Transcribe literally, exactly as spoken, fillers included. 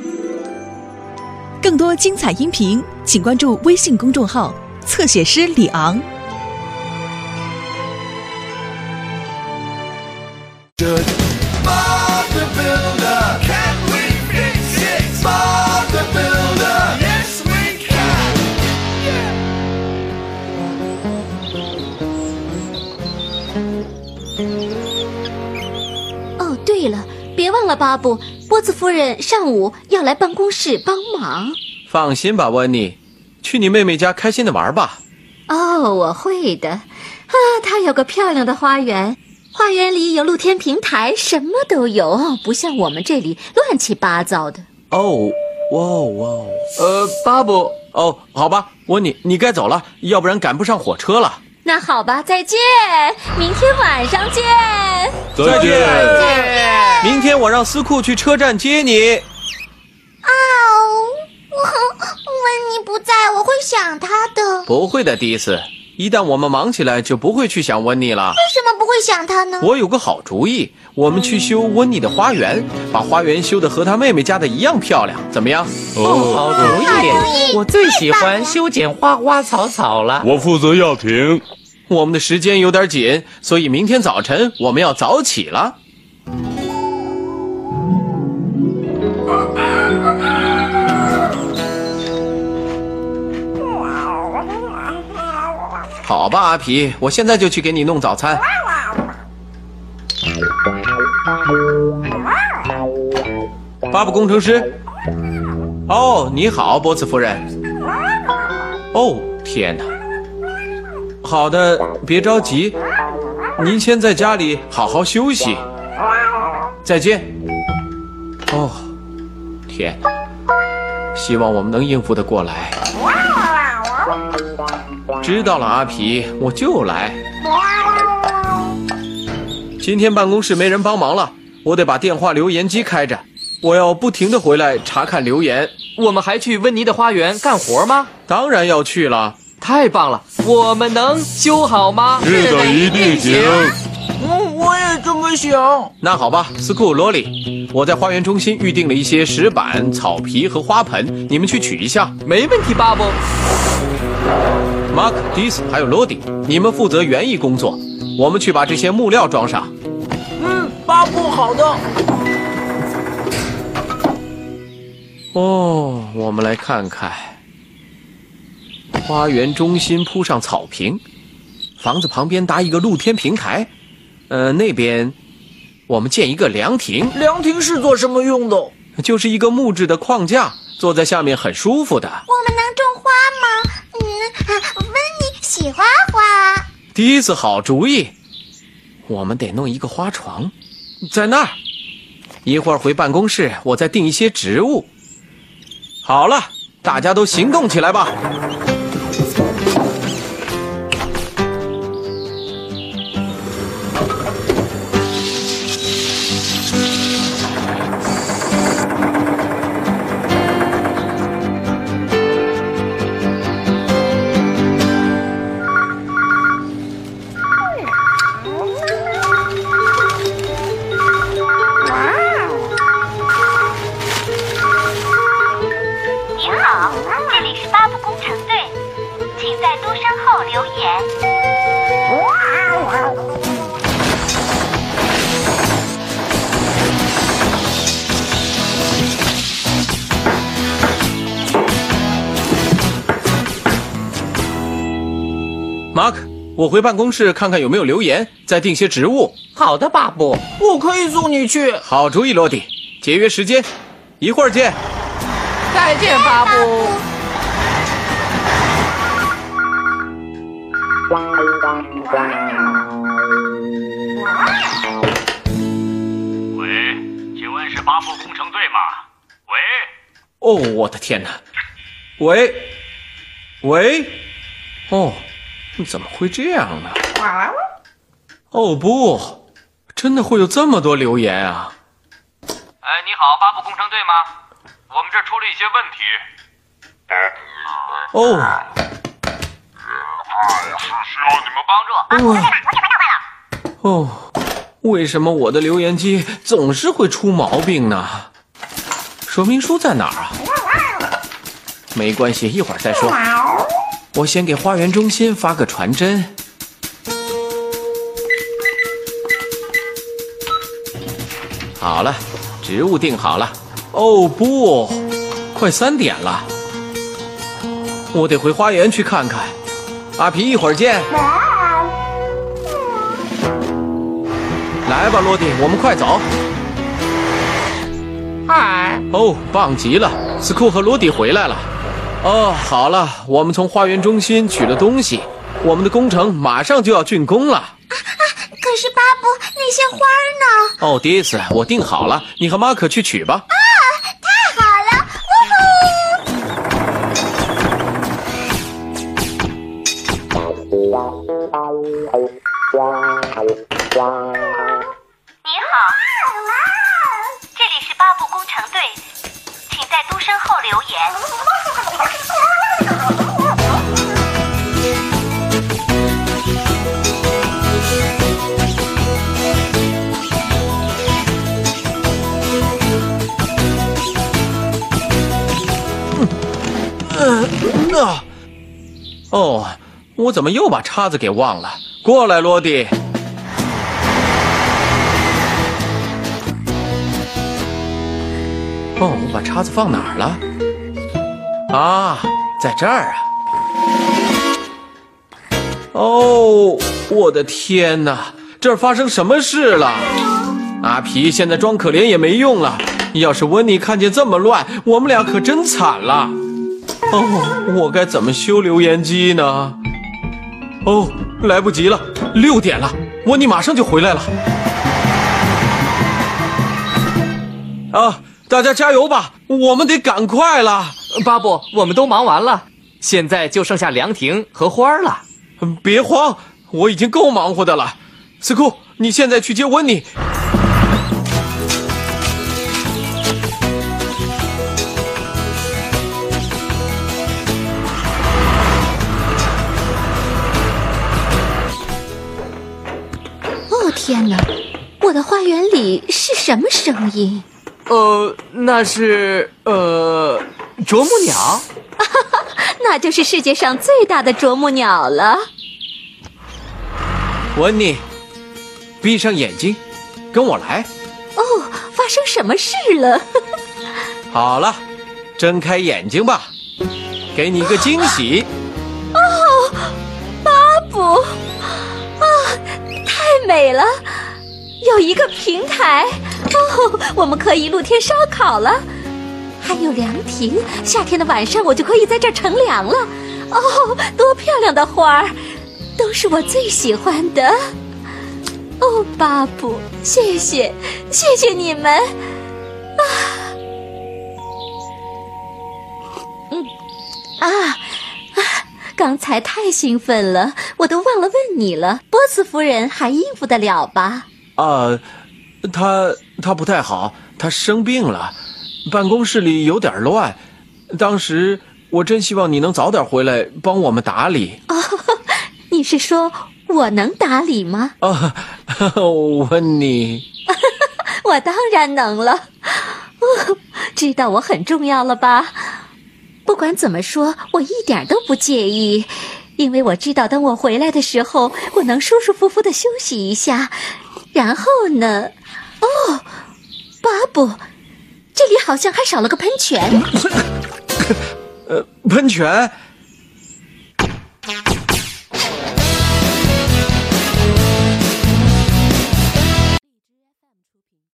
更多精彩音频，请关注微信公众号“侧写师李昂”。 哦，对了，别忘了巴布，波兹夫人上午要来办公室帮忙。 放心吧，温妮，去你妹妹家开心的玩吧。 哦，我会的。啊，她有个漂亮的花园，花园里有露天平台，什么都有，不像我们这里乱七八糟的。 哦，哇哇， 呃，巴布， 哦，好吧，温妮，你该走了，要不然赶不上火车了。 那好吧，再见，明天晚上见。 再见，再见。明天我让司库去车站接你。 啊，温妮不在，我会想他的。 不会的，迪斯，一旦我们忙起来，就不会去想温妮了。 为什么不会想他呢？ 我有个好主意，我们去修温妮的花园，把花园修得和她妹妹家的一样漂亮，怎么样？ 哦，好主意！我最喜欢修剪花花草草了。 我负责药瓶。 我们的时间有点紧，所以明天早晨我们要早起了。好吧，阿皮，我现在就去给你弄早餐。巴布工程师。哦，你好，波茨夫人。哦，天哪！好的，别着急，您先在家里好好休息。再见。哦，天哪！希望我们能应付得过来。知道了，阿皮，我就来。今天办公室没人帮忙了，我得把电话留言机开着，我要不停地回来查看留言。 我们还去温妮的花园干活吗？ 当然要去了。 太棒了，我们能修好吗？ 是的，一定行。 嗯，我也这么想。 那好吧，斯库罗里，我在花园中心预定了一些石板、草皮和花盆，你们去取一下。 没问题，巴布。 马克、迪斯还有罗迪，你们负责园艺工作，我们去把这些木料装上。 嗯，巴布，好的。 哦，我们来看看。花园中心铺上草坪，房子旁边搭一个露天平台，呃，那边我们建一个凉亭。 凉亭是做什么用的？ 就是一个木质的框架，坐在下面很舒服的。 我们能种花吗？嗯，温妮喜欢花。 第一次好主意，我们得弄一个花床，在那儿。一会儿回办公室，我再订一些植物。好了，大家都行动起来吧。马克，我回办公室看看有没有留言，再订些植物。 好的，巴布， 我可以送你去。 好主意，罗迪，节约时间，一会儿见。 再见，巴布。 喂，请问是巴布工程队吗？喂。 哦，我的天哪！喂，喂，哦。怎么会这样呢？哦不，真的会有这么多留言啊！ 哎，你好，巴布工程队吗？我们这出了一些问题。 哦， 是需要你们帮助。 哦，哦，为什么我的留言机总是会出毛病呢？ 说明书在哪儿啊？没关系，一会儿再说。我先给花园中心发个传真。好了，植物定好了。哦不，快三点了，我得回花园去看看。阿皮，一会儿见。来吧，罗迪，我们快走。 嗨， 哦，棒极了，斯库和罗迪回来了。哦，好了，我们从花园中心取了东西，我们的工程马上就要竣工了。 啊啊！可是巴布，那些花呢？ 哦，迪斯，我订好了，你和马可去取吧。 啊，太好了！呜呼！你好，这里是巴布工程队，请在嘟声后留言。 嗯啊！哦，我怎么又把叉子给忘了？过来，罗迪。哦，我把叉子放哪儿了？啊，在这儿啊！哦，我的天哪，这儿发生什么事了？阿皮现在装可怜也没用了，要是温妮看见这么乱，我们俩可真惨了。哦，我该怎么修留言机呢？哦，来不及了，六点了，温妮马上就回来了。啊！大家加油吧，我们得赶快了。 巴布，我们都忙完了，现在就剩下凉亭和花儿了。 别慌，我已经够忙活的了。斯库，你现在去接温妮。 哦天哪，我的花园里是什么声音？ 呃，那是呃，啄木鸟， 那就是世界上最大的啄木鸟了。 温妮，闭上眼睛，跟我来。 哦，发生什么事了？ 好了，睁开眼睛吧，给你一个惊喜。 哦，巴布，啊，太美了，有一个平台。哦，我们可以露天烧烤了，还有凉亭，夏天的晚上我就可以在这儿乘凉了。哦，多漂亮的花儿，都是我最喜欢的。哦，巴布，谢谢，谢谢你们。啊，嗯，啊啊，刚才太兴奋了，我都忘了问你了，波茨夫人还应付得了吧？ 啊，她她不太好，她生病了，办公室里有点乱。当时我真希望你能早点回来帮我们打理。 哦，你是说我能打理吗？ 啊，我问你。 我当然能了。哦，知道我很重要了吧？不管怎么说，我一点都不介意，因为我知道等我回来的时候，我能舒舒服服的休息一下。然后呢？哦，巴布，这里好像还少了个喷泉。 呃，喷泉？